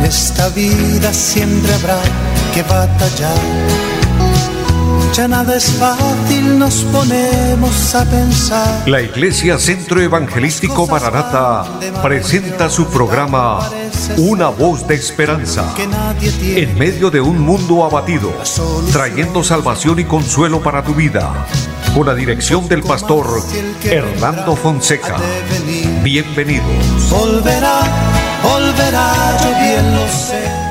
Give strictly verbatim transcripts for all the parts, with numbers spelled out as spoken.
esta vida siempre habrá que batallar. Ya nada es fácil, nos ponemos a pensar. La Iglesia Centro Evangelístico Maranata presenta su programa Una Voz de Esperanza. En medio de un mundo abatido, trayendo salvación y consuelo para tu vida. Con la dirección del pastor Hernando Fonseca. Bienvenidos. Volverá, volverá, yo bien lo sé.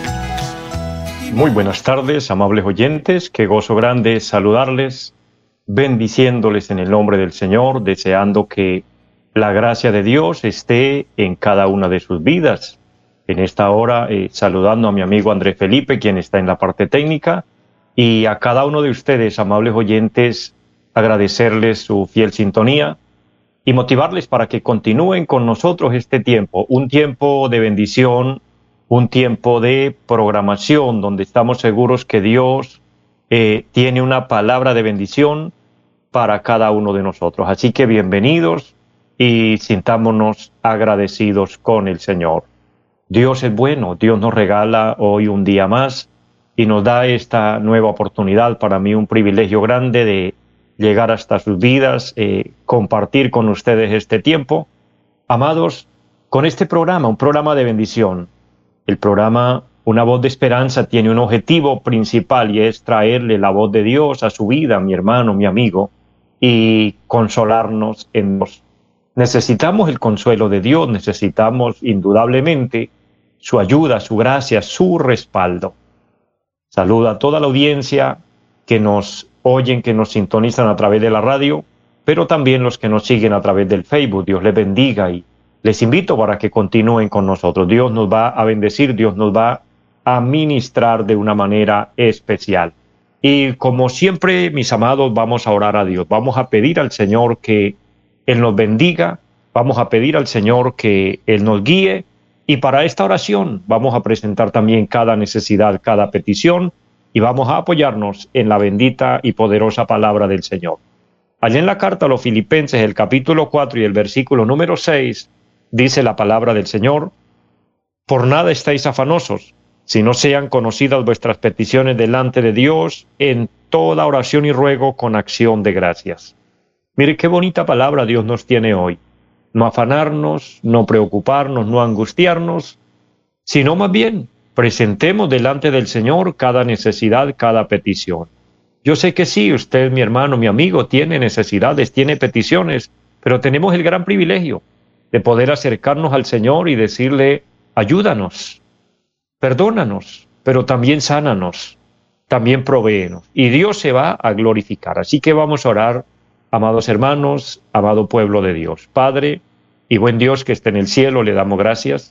Muy buenas tardes, amables oyentes. Qué gozo grande saludarles, bendiciéndoles en el nombre del Señor, deseando que la gracia de Dios esté en cada una de sus vidas. En esta hora, eh, saludando a mi amigo Andrés Felipe, quien está en la parte técnica, y a cada uno de ustedes, amables oyentes, agradecerles su fiel sintonía y motivarles para que continúen con nosotros este tiempo, un tiempo de bendición, un tiempo de programación donde estamos seguros que Dios eh, tiene una palabra de bendición para cada uno de nosotros. Así que bienvenidos y sintámonos agradecidos con el Señor. Dios es bueno, Dios nos regala hoy un día más y nos da esta nueva oportunidad. Para mí un privilegio grande de llegar hasta sus vidas, eh, compartir con ustedes este tiempo. Amados, con este programa, un programa de bendición, el programa Una Voz de Esperanza tiene un objetivo principal y es traerle la voz de Dios a su vida, mi hermano, mi amigo, y consolarnos en Dios. Necesitamos el consuelo de Dios, necesitamos indudablemente su ayuda, su gracia, su respaldo. Saludo a toda la audiencia que nos oyen, que nos sintonizan a través de la radio, pero también los que nos siguen a través del Facebook. Dios les bendiga y les invito para que continúen con nosotros. Dios nos va a bendecir, Dios nos va a ministrar de una manera especial. Y como siempre, mis amados, vamos a orar a Dios. Vamos a pedir al Señor que Él nos bendiga. Vamos a pedir al Señor que Él nos guíe. Y para esta oración vamos a presentar también cada necesidad, cada petición. Y vamos a apoyarnos en la bendita y poderosa palabra del Señor. Allá en la carta a los Filipenses, el capítulo cuatro y el versículo número seis, dice la palabra del Señor: por nada estáis afanosos, si no sean conocidas vuestras peticiones delante de Dios en toda oración y ruego con acción de gracias. Mire qué bonita palabra Dios nos tiene hoy. No afanarnos, no preocuparnos, no angustiarnos, sino más bien presentemos delante del Señor cada necesidad, cada petición. Yo sé que sí, usted, mi hermano, mi amigo, tiene necesidades, tiene peticiones, pero tenemos el gran privilegio de poder acercarnos al Señor y decirle: ayúdanos, perdónanos, pero también sánanos, también provéenos. Y Dios se va a glorificar. Así que vamos a orar, amados hermanos, amado pueblo de Dios. Padre y buen Dios que esté en el cielo, le damos gracias.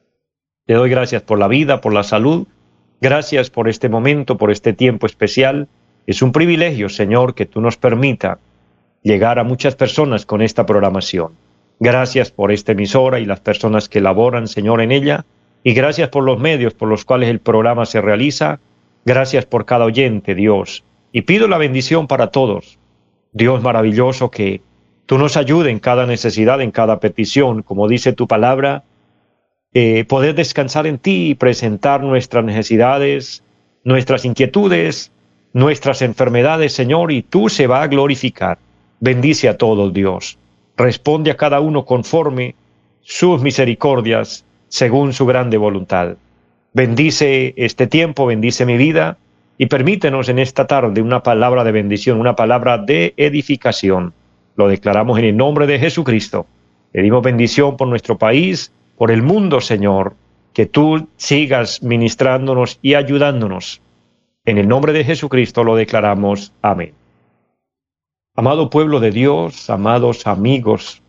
Le doy gracias por la vida, por la salud. Gracias por este momento, por este tiempo especial. Es un privilegio, Señor, que tú nos permita llegar a muchas personas con esta programación. Gracias por esta emisora y las personas que laboran, Señor, en ella. Y gracias por los medios por los cuales el programa se realiza. Gracias por cada oyente, Dios. Y pido la bendición para todos. Dios maravilloso, que tú nos ayudes en cada necesidad, en cada petición. Como dice tu palabra, eh, poder descansar en ti y presentar nuestras necesidades, nuestras inquietudes, nuestras enfermedades, Señor, y tú se va a glorificar. Bendice a todos, Dios. Responde a cada uno conforme sus misericordias, según su grande voluntad. Bendice este tiempo, bendice mi vida, y permítenos en esta tarde una palabra de bendición, una palabra de edificación. Lo declaramos en el nombre de Jesucristo. Pedimos bendición por nuestro país, por el mundo, Señor, que tú sigas ministrándonos y ayudándonos. En el nombre de Jesucristo lo declaramos. Amén. Amado pueblo de Dios, amados amigos,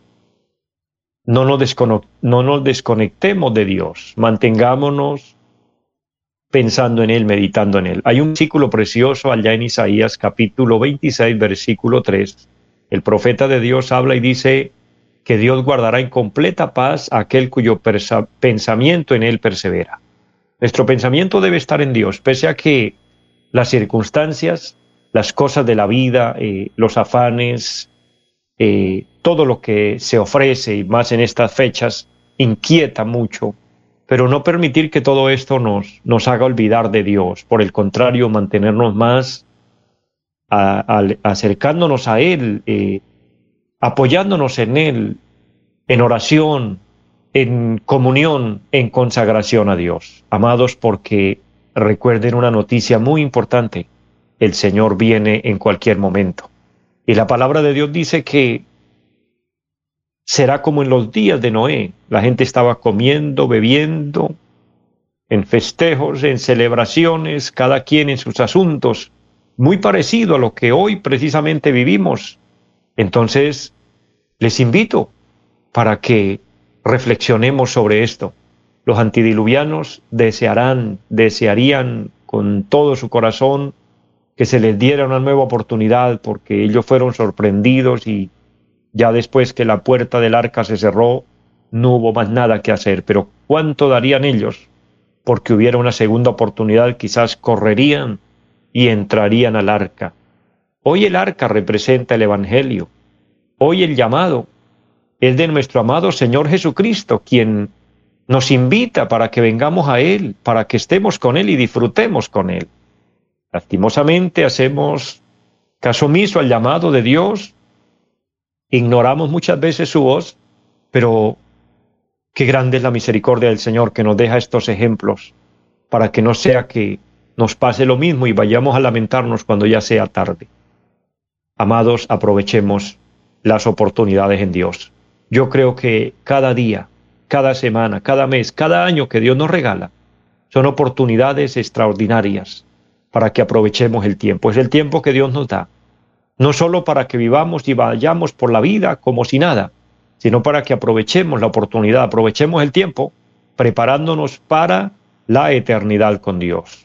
no nos, descono- no nos desconectemos de Dios, mantengámonos pensando en Él, meditando en Él. Hay un versículo precioso allá en Isaías capítulo veintiséis, versículo tres. El profeta de Dios habla y dice que Dios guardará en completa paz a aquel cuyo persa- pensamiento en Él persevera. Nuestro pensamiento debe estar en Dios, pese a que las circunstancias, las cosas de la vida, eh, los afanes, eh, todo lo que se ofrece, y más en estas fechas, inquieta mucho. pero no permitir que todo esto nos, nos haga olvidar de Dios. Por el contrario, mantenernos más a, a, acercándonos a Él, eh, apoyándonos en Él, en oración, en comunión, en consagración a Dios. Amados, porque recuerden una noticia muy importante: el Señor viene en cualquier momento. Y la palabra de Dios dice que será como en los días de Noé. La gente estaba comiendo, bebiendo, en festejos, en celebraciones, cada quien en sus asuntos, muy parecido a lo que hoy precisamente vivimos. Entonces, les invito para que reflexionemos sobre esto. Los antidiluvianos desearán, desearían con todo su corazón que se les diera una nueva oportunidad, porque ellos fueron sorprendidos y ya después que la puerta del arca se cerró, no hubo más nada que hacer. Pero ¿cuánto darían ellos porque hubiera una segunda oportunidad? Quizás correrían y entrarían al arca. Hoy el arca representa el Evangelio. Hoy el llamado es de nuestro amado Señor Jesucristo, quien nos invita para que vengamos a Él, para que estemos con Él y disfrutemos con Él. Lastimosamente hacemos caso omiso al llamado de Dios, ignoramos muchas veces su voz, pero qué grande es la misericordia del Señor que nos deja estos ejemplos, para que no sea que nos pase lo mismo y vayamos a lamentarnos cuando ya sea tarde. Amados, aprovechemos las oportunidades en Dios. Yo creo que cada día, cada semana, cada mes, cada año que Dios nos regala, son oportunidades extraordinarias para que aprovechemos el tiempo. Es el tiempo que Dios nos da, no solo para que vivamos y vayamos por la vida como si nada, sino para que aprovechemos la oportunidad, aprovechemos el tiempo, preparándonos para la eternidad con Dios.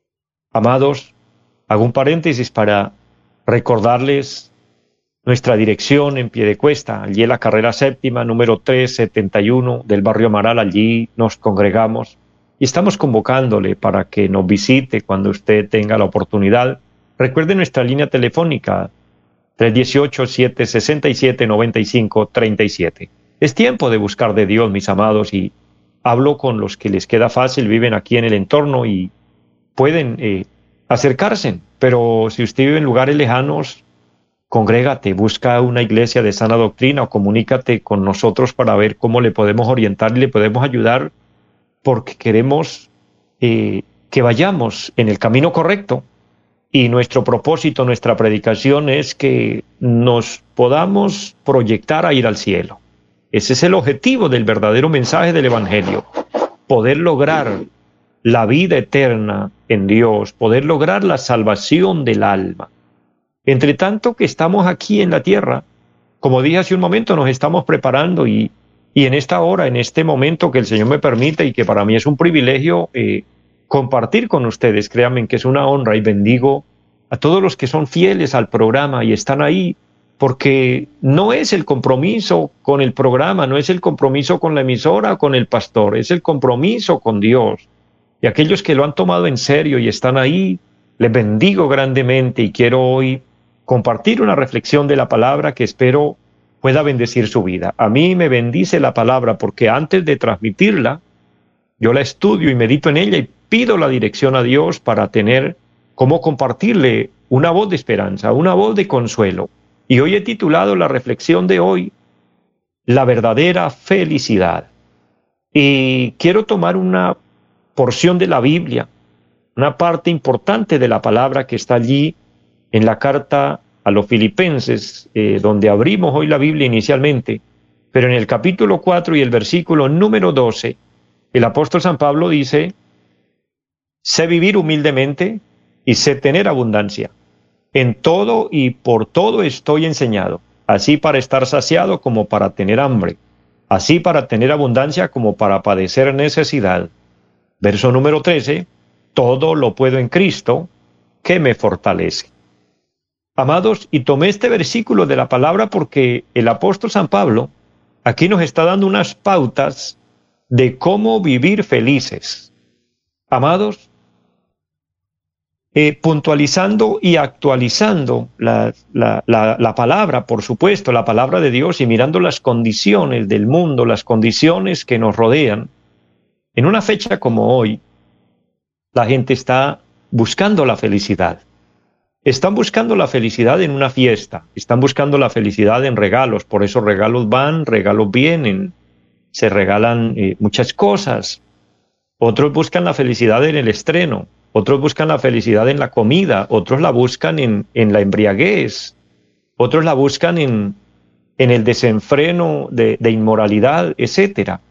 Amados, hago un paréntesis para recordarles nuestra dirección en Piedecuesta, allí en la carrera séptima, número trescientos setenta y uno del barrio Amaral. Allí nos congregamos y estamos convocándole para que nos visite cuando usted tenga la oportunidad. Recuerde nuestra línea telefónica tres uno ocho, siete seis siete, nueve cinco tres siete. Es tiempo de buscar de Dios, mis amados, y hablo con los que les queda fácil, viven aquí en el entorno y pueden eh, acercarse, pero si usted vive en lugares lejanos, congrégate, busca una iglesia de sana doctrina o comunícate con nosotros para ver cómo le podemos orientar y le podemos ayudar, porque queremos eh, que vayamos en el camino correcto. Y nuestro propósito, nuestra predicación es que nos podamos proyectar a ir al cielo. Ese es el objetivo del verdadero mensaje del Evangelio, poder lograr la vida eterna en Dios, poder lograr la salvación del alma. Entre tanto que estamos aquí en la tierra, como dije hace un momento, nos estamos preparando y, y en esta hora, en este momento que el Señor me permite y que para mí es un privilegio eh, compartir con ustedes, créanme que es una honra, y bendigo a todos los que son fieles al programa y están ahí, porque no es el compromiso con el programa, no es el compromiso con la emisora o con el pastor, es el compromiso con Dios. Y aquellos que lo han tomado en serio y están ahí, les bendigo grandemente y quiero hoy compartir una reflexión de la palabra que espero pueda bendecir su vida. A mí me bendice la palabra porque antes de transmitirla, yo la estudio y medito en ella y pido la dirección a Dios para tener cómo compartirle una voz de esperanza, una voz de consuelo. Y hoy he titulado la reflexión de hoy, La verdadera felicidad. Y quiero tomar una porción de la Biblia, una parte importante de la palabra que está allí en la carta a los Filipenses, eh, donde abrimos hoy la Biblia inicialmente, pero en el capítulo cuatro y el versículo número doce, el apóstol San Pablo dice: sé vivir humildemente y sé tener abundancia. En todo y por todo estoy enseñado, así para estar saciado como para tener hambre, así para tener abundancia como para padecer necesidad. Verso número trece, todo lo puedo en Cristo, que me fortalece. Amados, y tomé este versículo de la palabra porque el apóstol San Pablo aquí nos está dando unas pautas de cómo vivir felices. Amados, eh, puntualizando y actualizando la, la, la, la palabra, por supuesto, la palabra de Dios, y mirando las condiciones del mundo, las condiciones que nos rodean, En una fecha como hoy, la gente está buscando la felicidad. Están buscando la felicidad en una fiesta, están buscando la felicidad en regalos, por eso regalos van, regalos vienen, se regalan eh, muchas cosas. Otros buscan la felicidad en el estreno, otros buscan la felicidad en la comida, otros la buscan en, en la embriaguez, otros la buscan en, en el desenfreno de, de inmoralidad, etcétera.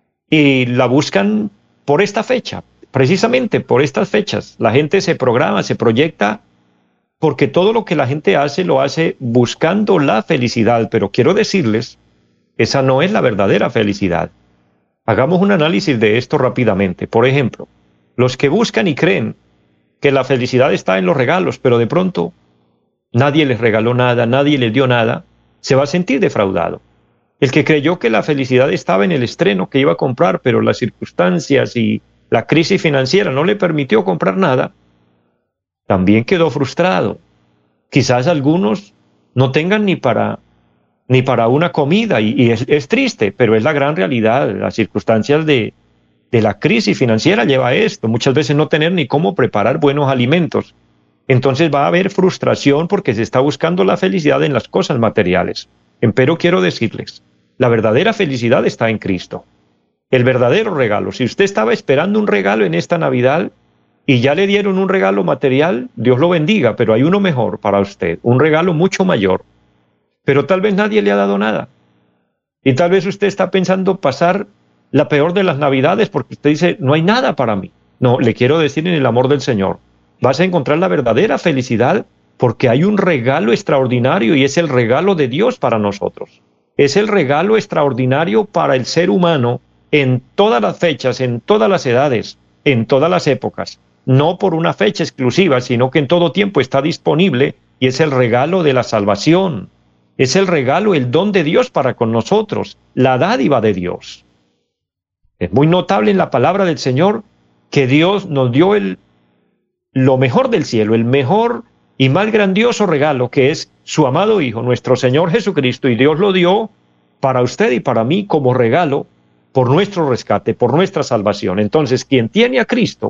Y la buscan por esta fecha, precisamente por estas fechas. La gente se programa, se proyecta, porque todo lo que la gente hace lo hace buscando la felicidad, pero quiero decirles, esa no es la verdadera felicidad. Hagamos un análisis de esto rápidamente. Por ejemplo, los que buscan y creen que la felicidad está en los regalos, pero de pronto nadie les regaló nada, nadie les dio nada, se va a sentir defraudado. El que creyó que la felicidad estaba en el estreno que iba a comprar, pero las circunstancias y la crisis financiera no le permitió comprar nada, también quedó frustrado. Quizás algunos no tengan ni para, ni para una comida, y, y es, es triste, pero es la gran realidad. Las circunstancias de, de la crisis financiera lleva a esto, muchas veces no tener ni cómo preparar buenos alimentos. Entonces va a haber frustración porque se está buscando la felicidad en las cosas materiales. Empero quiero decirles, la verdadera felicidad está en Cristo. El verdadero regalo, si usted estaba esperando un regalo en esta Navidad, y ya le dieron un regalo material, Dios lo bendiga, pero hay uno mejor para usted, un regalo mucho mayor. Pero tal vez nadie le ha dado nada. Y tal vez usted está pensando pasar la peor de las Navidades porque usted dice, no hay nada para mí. No, le quiero decir en el amor del Señor, vas a encontrar la verdadera felicidad porque hay un regalo extraordinario y es el regalo de Dios para nosotros. Es el regalo extraordinario para el ser humano en todas las fechas, en todas las edades, en todas las épocas. No por una fecha exclusiva, sino que en todo tiempo está disponible y es el regalo de la salvación. Es el regalo, el don de Dios para con nosotros, la dádiva de Dios. Es muy notable en la palabra del Señor que Dios nos dio el, lo mejor del cielo, el mejor y más grandioso regalo que es su amado Hijo, nuestro Señor Jesucristo, y Dios lo dio para usted y para mí como regalo por nuestro rescate, por nuestra salvación. Entonces, quien tiene a Cristo,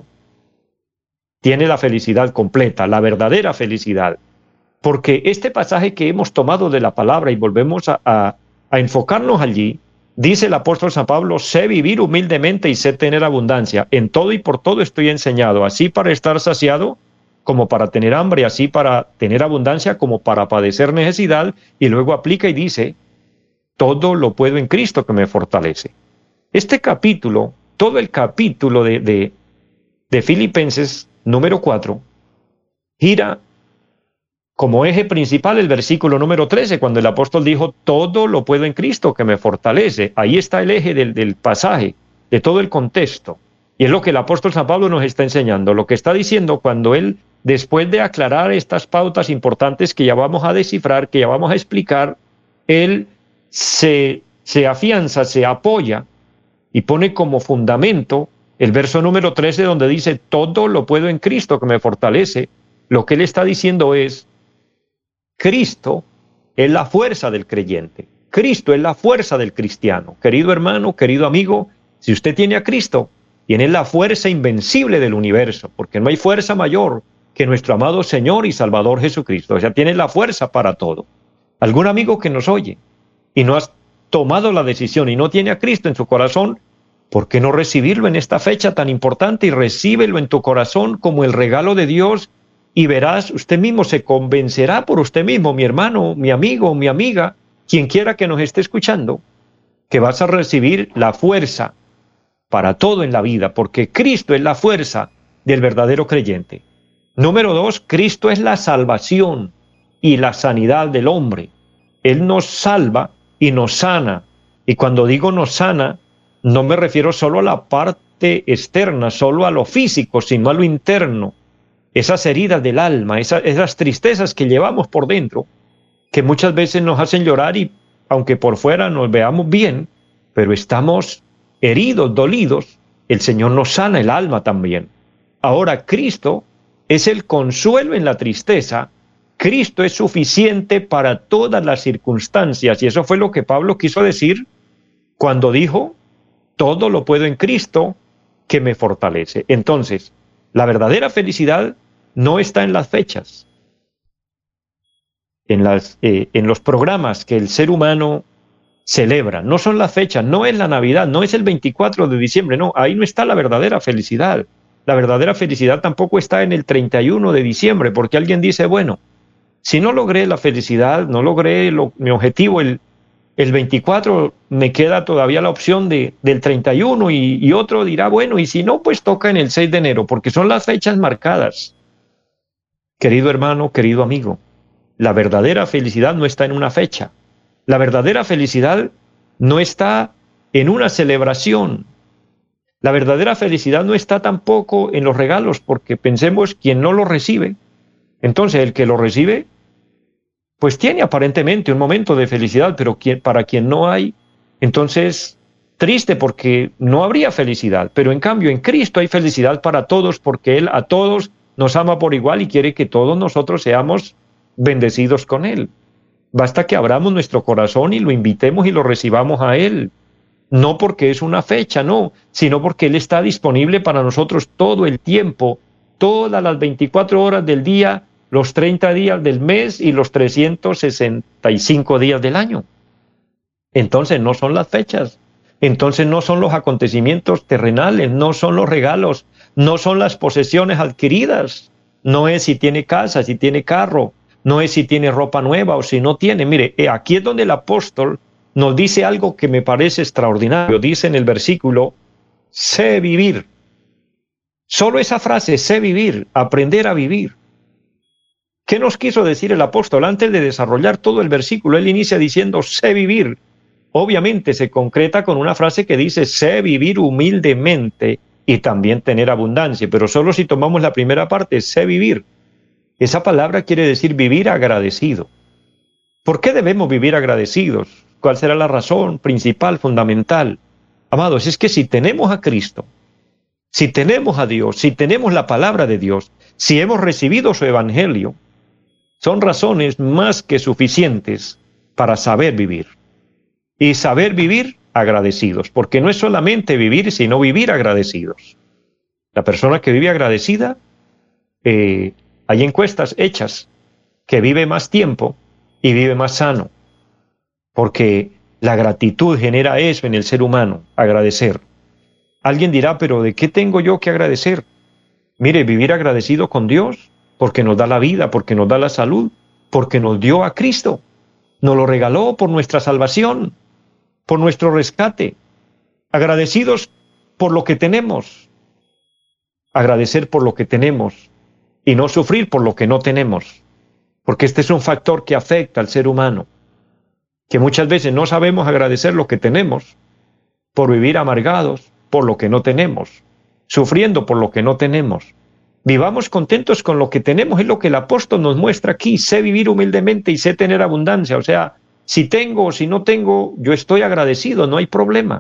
tiene la felicidad completa, la verdadera felicidad. Porque este pasaje que hemos tomado de la palabra y volvemos a, a, a enfocarnos allí, dice el apóstol San Pablo, sé vivir humildemente y sé tener abundancia. En todo y por todo estoy enseñado, así para estar saciado como para tener hambre, así para tener abundancia como para padecer necesidad. Y luego aplica y dice, todo lo puedo en Cristo que me fortalece. Este capítulo, todo el capítulo de, de, de Filipenses número cuatro, gira como eje principal el versículo número trece, cuando el apóstol dijo, todo lo puedo en Cristo que me fortalece. Ahí está el eje del, del pasaje, de todo el contexto. Y es lo que el apóstol San Pablo nos está enseñando, lo que está diciendo cuando él, después de aclarar estas pautas importantes que ya vamos a descifrar, que ya vamos a explicar, él se, se afianza, se apoya y pone como fundamento el verso número trece, donde dice, todo lo puedo en Cristo que me fortalece. Lo que él está diciendo es, Cristo es la fuerza del creyente. Cristo es la fuerza del cristiano. Querido hermano, querido amigo, si usted tiene a Cristo, tiene la fuerza invencible del universo, porque no hay fuerza mayor que nuestro amado Señor y Salvador Jesucristo. O sea, tiene la fuerza para todo. Algún amigo que nos oye y no has tomado la decisión y no tiene a Cristo en su corazón, ¿por qué no recibirlo en esta fecha tan importante y recíbelo en tu corazón como el regalo de Dios? Y verás, usted mismo se convencerá por usted mismo, mi hermano, mi amigo, mi amiga, quien quiera que nos esté escuchando, que vas a recibir la fuerza para todo en la vida, porque Cristo es la fuerza del verdadero creyente. Número dos, Cristo es la salvación y la sanidad del hombre. Él nos salva y nos sana. Y cuando digo nos sana, no me refiero solo a la parte externa, solo a lo físico, sino a lo interno. Esas heridas del alma, esas, esas tristezas que llevamos por dentro, que muchas veces nos hacen llorar y aunque por fuera nos veamos bien, pero estamos heridos, dolidos, el Señor nos sana el alma también. Ahora, Cristo es el consuelo en la tristeza. Cristo es suficiente para todas las circunstancias, y eso fue lo que Pablo quiso decir cuando dijo, todo lo puedo en Cristo que me fortalece. Entonces, la verdadera felicidad no está en las fechas, en, las, eh, en los programas que el ser humano celebra. No son las fechas, no es la Navidad, no es el veinticuatro de diciembre, no, ahí no está la verdadera felicidad. La verdadera felicidad tampoco está en el treinta y uno de diciembre, porque alguien dice, bueno, si no logré la felicidad, no logré lo, mi objetivo el, el veinticuatro, me queda todavía la opción de, del treinta y uno y, y otro dirá, bueno, y si no, pues toca en el seis de enero, porque son las fechas marcadas. Querido hermano, querido amigo, la verdadera felicidad no está en una fecha. La verdadera felicidad no está en una celebración. La verdadera felicidad no está tampoco en los regalos, porque pensemos quien no lo recibe. Entonces el que lo recibe, pues tiene aparentemente un momento de felicidad, pero quien, para quien no hay, entonces triste porque no habría felicidad. Pero en cambio en Cristo hay felicidad para todos, porque Él a todos nos ama por igual y quiere que todos nosotros seamos bendecidos con Él. Basta que abramos nuestro corazón y lo invitemos y lo recibamos a Él. No porque es una fecha, no, sino porque Él está disponible para nosotros todo el tiempo, todas las veinticuatro horas del día, los treinta días del mes y los trescientos sesenta y cinco días del año. Entonces no son las fechas, entonces no son los acontecimientos terrenales, no son los regalos, no son las posesiones adquiridas, no es si tiene casa, si tiene carro, no es si tiene ropa nueva o si no tiene. Mire, aquí es donde el apóstol nos dice algo que me parece extraordinario. Dice en el versículo, sé vivir. Solo esa frase, sé vivir, aprender a vivir. ¿Qué nos quiso decir el apóstol? Antes de desarrollar todo el versículo, él inicia diciendo, sé vivir. Obviamente se concreta con una frase que dice, sé vivir humildemente y también tener abundancia. Pero solo si tomamos la primera parte, sé vivir. Esa palabra quiere decir vivir agradecido. ¿Por qué debemos vivir agradecidos? ¿Cuál será la razón principal, fundamental? Amados, es que si tenemos a Cristo, si tenemos a Dios, si tenemos la palabra de Dios, si hemos recibido su evangelio, son razones más que suficientes para saber vivir. Y saber vivir agradecidos, porque no es solamente vivir, sino vivir agradecidos. La persona que vive agradecida, eh, hay encuestas hechas, que vive más tiempo y vive más sano. Porque la gratitud genera eso en el ser humano, agradecer. Alguien dirá, pero ¿de qué tengo yo que agradecer? Mire, vivir agradecido con Dios, porque nos da la vida, porque nos da la salud, porque nos dio a Cristo, nos lo regaló por nuestra salvación, por nuestro rescate. Agradecidos por lo que tenemos. Agradecer por lo que tenemos y no sufrir por lo que no tenemos, porque este es un factor que afecta al ser humano, que muchas veces no sabemos agradecer lo que tenemos por vivir amargados por lo que no tenemos, sufriendo por lo que no tenemos. Vivamos contentos con lo que tenemos, es lo que el apóstol nos muestra aquí, sé vivir humildemente y sé tener abundancia, o sea, si tengo o si no tengo, yo estoy agradecido, no hay problema.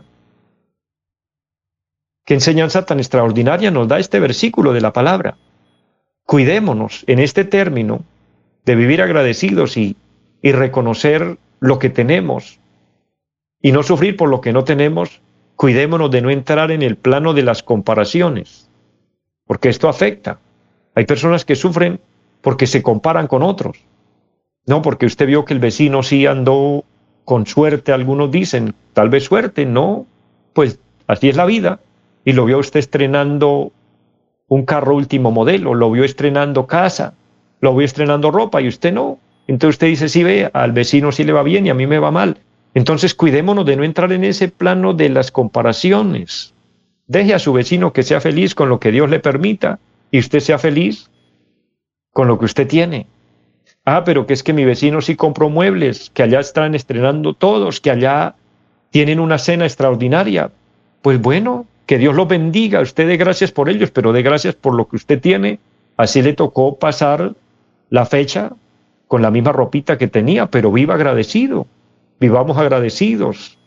¿Qué enseñanza tan extraordinaria nos da este versículo de la palabra? Cuidémonos en este término de vivir agradecidos y, y reconocer lo que tenemos y no sufrir por lo que no tenemos. Cuidémonos de no entrar en el plano de las comparaciones, porque esto afecta. Hay personas que sufren porque se comparan con otros. No, porque usted vio que el vecino sí andó con suerte, algunos dicen, tal vez suerte, no, pues así es la vida. Y lo vio usted estrenando un carro último modelo, lo vio estrenando casa, lo vio estrenando ropa y usted no. Entonces usted dice, sí, ve, al vecino sí le va bien y a mí me va mal. Entonces cuidémonos de no entrar en ese plano de las comparaciones. Deje a su vecino que sea feliz con lo que Dios le permita y usted sea feliz con lo que usted tiene. Ah, pero que es que mi vecino sí compró muebles, que allá están estrenando todos, que allá tienen una cena extraordinaria. Pues bueno, que Dios los bendiga, usted dé gracias por ellos, pero dé gracias por lo que usted tiene. Así le tocó pasar la fecha con la misma ropita que tenía, pero viva agradecido, vivamos agradecidos.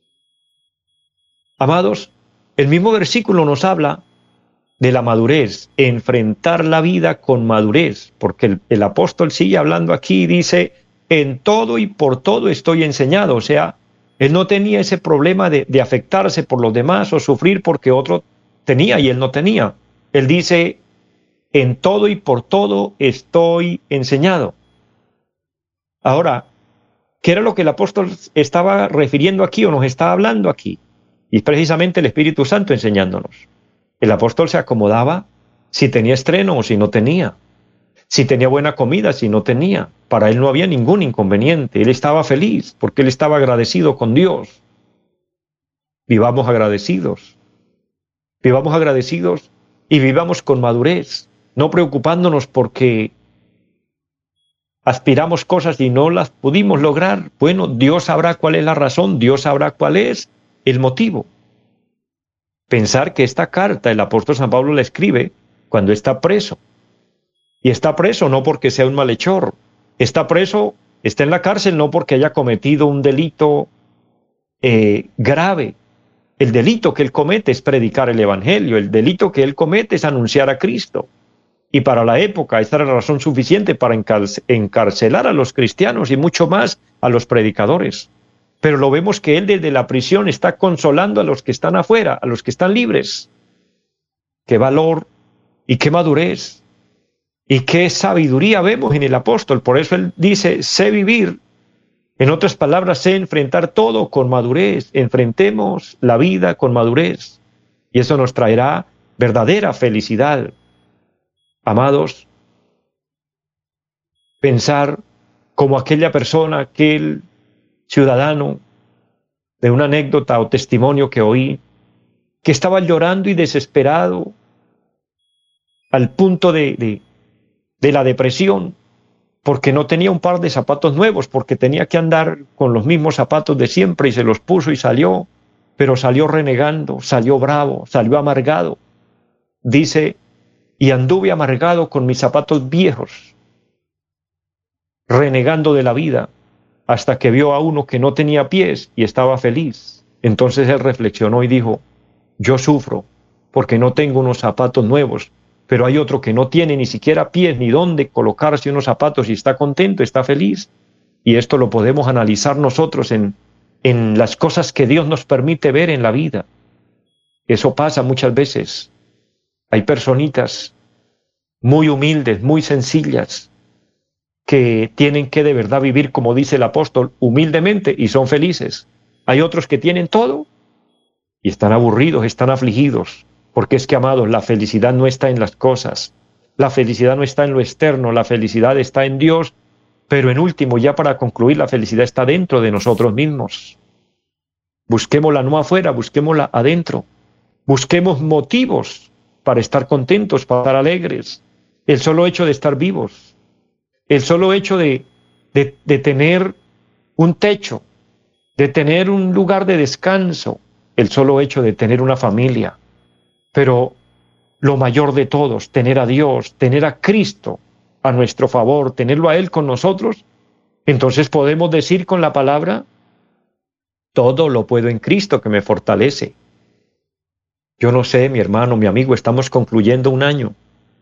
Amados, el mismo versículo nos habla de la madurez, enfrentar la vida con madurez, porque el, el apóstol sigue hablando aquí y dice, en todo y por todo estoy enseñado, o sea, él no tenía ese problema de, de afectarse por los demás o sufrir porque otro tenía y él no tenía. Él dice, en todo y por todo estoy enseñado. Ahora, ¿qué era lo que el apóstol estaba refiriendo aquí o nos estaba hablando aquí? Y es precisamente el Espíritu Santo enseñándonos. El apóstol se acomodaba si tenía estreno o si no tenía, si tenía buena comida, si no tenía. Para él no había ningún inconveniente. Él estaba feliz porque él estaba agradecido con Dios. Vivamos agradecidos. Vivamos agradecidos y vivamos con madurez, no preocupándonos porque aspiramos cosas y no las pudimos lograr. Bueno, Dios sabrá cuál es la razón, Dios sabrá cuál es el motivo. Pensar que esta carta el apóstol San Pablo la escribe cuando está preso. Y está preso no porque sea un malhechor. Está preso, está en la cárcel no porque haya cometido un delito eh, grave. El delito que él comete es predicar el evangelio. El delito que él comete es anunciar a Cristo. Y para la época esta era la razón suficiente para encarcelar a los cristianos y mucho más a los predicadores. Pero lo vemos que él desde la prisión está consolando a los que están afuera, a los que están libres. Qué valor y qué madurez y qué sabiduría vemos en el apóstol. Por eso él dice, sé vivir. En otras palabras, sé enfrentar todo con madurez. Enfrentemos la vida con madurez. Y eso nos traerá verdadera felicidad. Amados, pensar como aquella persona, aquel ciudadano de una anécdota o testimonio que oí, que estaba llorando y desesperado al punto de, de, de la depresión, porque no tenía un par de zapatos nuevos, porque tenía que andar con los mismos zapatos de siempre y se los puso y salió, pero salió renegando, salió bravo, salió amargado. Dice, y anduve amargado con mis zapatos viejos, renegando de la vida, hasta que vio a uno que no tenía pies y estaba feliz. Entonces él reflexionó y dijo, yo sufro porque no tengo unos zapatos nuevos, pero hay otro que no tiene ni siquiera pies ni dónde colocarse unos zapatos y está contento, está feliz. Y esto lo podemos analizar nosotros en, en las cosas que Dios nos permite ver en la vida. Eso pasa muchas veces. Hay personitas muy humildes, muy sencillas, que tienen que de verdad vivir, como dice el apóstol, humildemente y son felices. Hay otros que tienen todo y están aburridos, están afligidos, porque es que, amados, la felicidad no está en las cosas, la felicidad no está en lo externo, la felicidad está en Dios, pero en último, ya para concluir, la felicidad está dentro de nosotros mismos. Busquémosla no afuera, busquémosla adentro. Busquemos motivos para estar contentos, para estar alegres. El solo hecho de estar vivos, el solo hecho de, de, de tener un techo, de tener un lugar de descanso, el solo hecho de tener una familia. Pero lo mayor de todos, tener a Dios, tener a Cristo a nuestro favor, tenerlo a Él con nosotros, entonces podemos decir con la palabra, todo lo puedo en Cristo que me fortalece. Yo no sé, mi hermano, mi amigo, estamos concluyendo un año.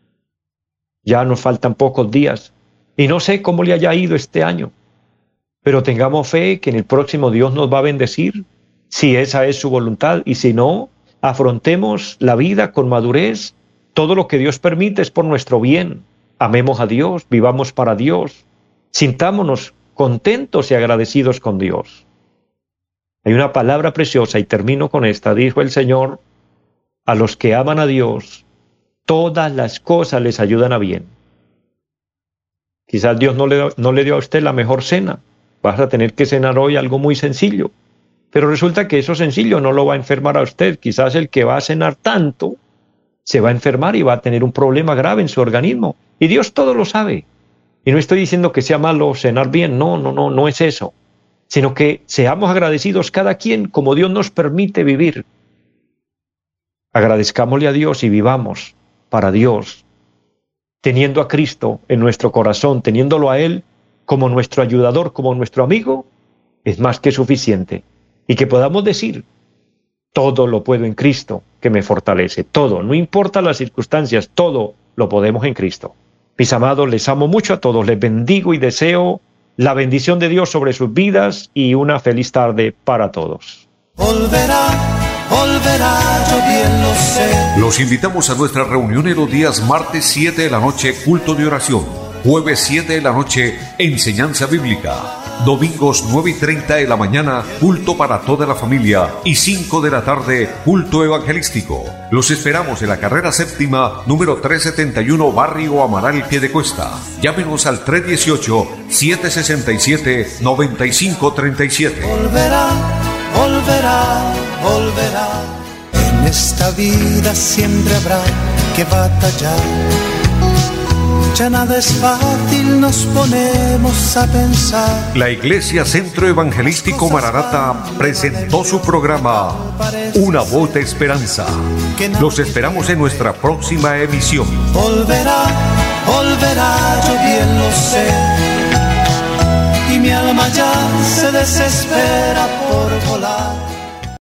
Ya nos faltan pocos días. Y no sé cómo le haya ido este año. Pero tengamos fe que en el próximo Dios nos va a bendecir, si esa es su voluntad. Y si no, afrontemos la vida con madurez. Todo lo que Dios permite es por nuestro bien. Amemos a Dios, vivamos para Dios. Sintámonos contentos y agradecidos con Dios. Hay una palabra preciosa y termino con esta. Dijo el Señor, a los que aman a Dios, todas las cosas les ayudan a bien. Quizás Dios no le, no le dio a usted la mejor cena. Vas a tener que cenar hoy algo muy sencillo. Pero resulta que eso sencillo no lo va a enfermar a usted. Quizás el que va a cenar tanto se va a enfermar y va a tener un problema grave en su organismo. Y Dios todo lo sabe. Y no estoy diciendo que sea malo cenar bien. No, no, no, no es eso. Sino que seamos agradecidos cada quien como Dios nos permite vivir. Agradezcámosle a Dios y vivamos para Dios, teniendo a Cristo en nuestro corazón, teniéndolo a Él como nuestro ayudador, como nuestro amigo, es más que suficiente. Y que podamos decir, todo lo puedo en Cristo que me fortalece, todo, no importa las circunstancias, todo lo podemos en Cristo. Mis amados, les amo mucho a todos, les bendigo y deseo la bendición de Dios sobre sus vidas y una feliz tarde para todos. Volverá volverá, yo bien lo sé. Los invitamos a nuestra reunión en los días martes siete de la noche, culto de oración. Jueves siete de la noche, enseñanza bíblica. Domingos nueve y treinta de la mañana, culto para toda la familia. Y cinco de la tarde, culto evangelístico. Los esperamos en la carrera séptima, número trescientos setenta y uno, Barrio Amaral, Piedecuesta. Llámenos al tres uno ocho, siete seis siete, nueve cinco tres siete. Volverá, volverá, volverá. En esta vida siempre habrá que batallar. Ya nada es fácil, nos ponemos a pensar. La Iglesia Centro Evangelístico Maranata presentó su programa Una Voz de Esperanza. Los esperamos en nuestra próxima emisión. Volverá, volverá, yo bien lo sé. Y mi alma ya se desespera por volar.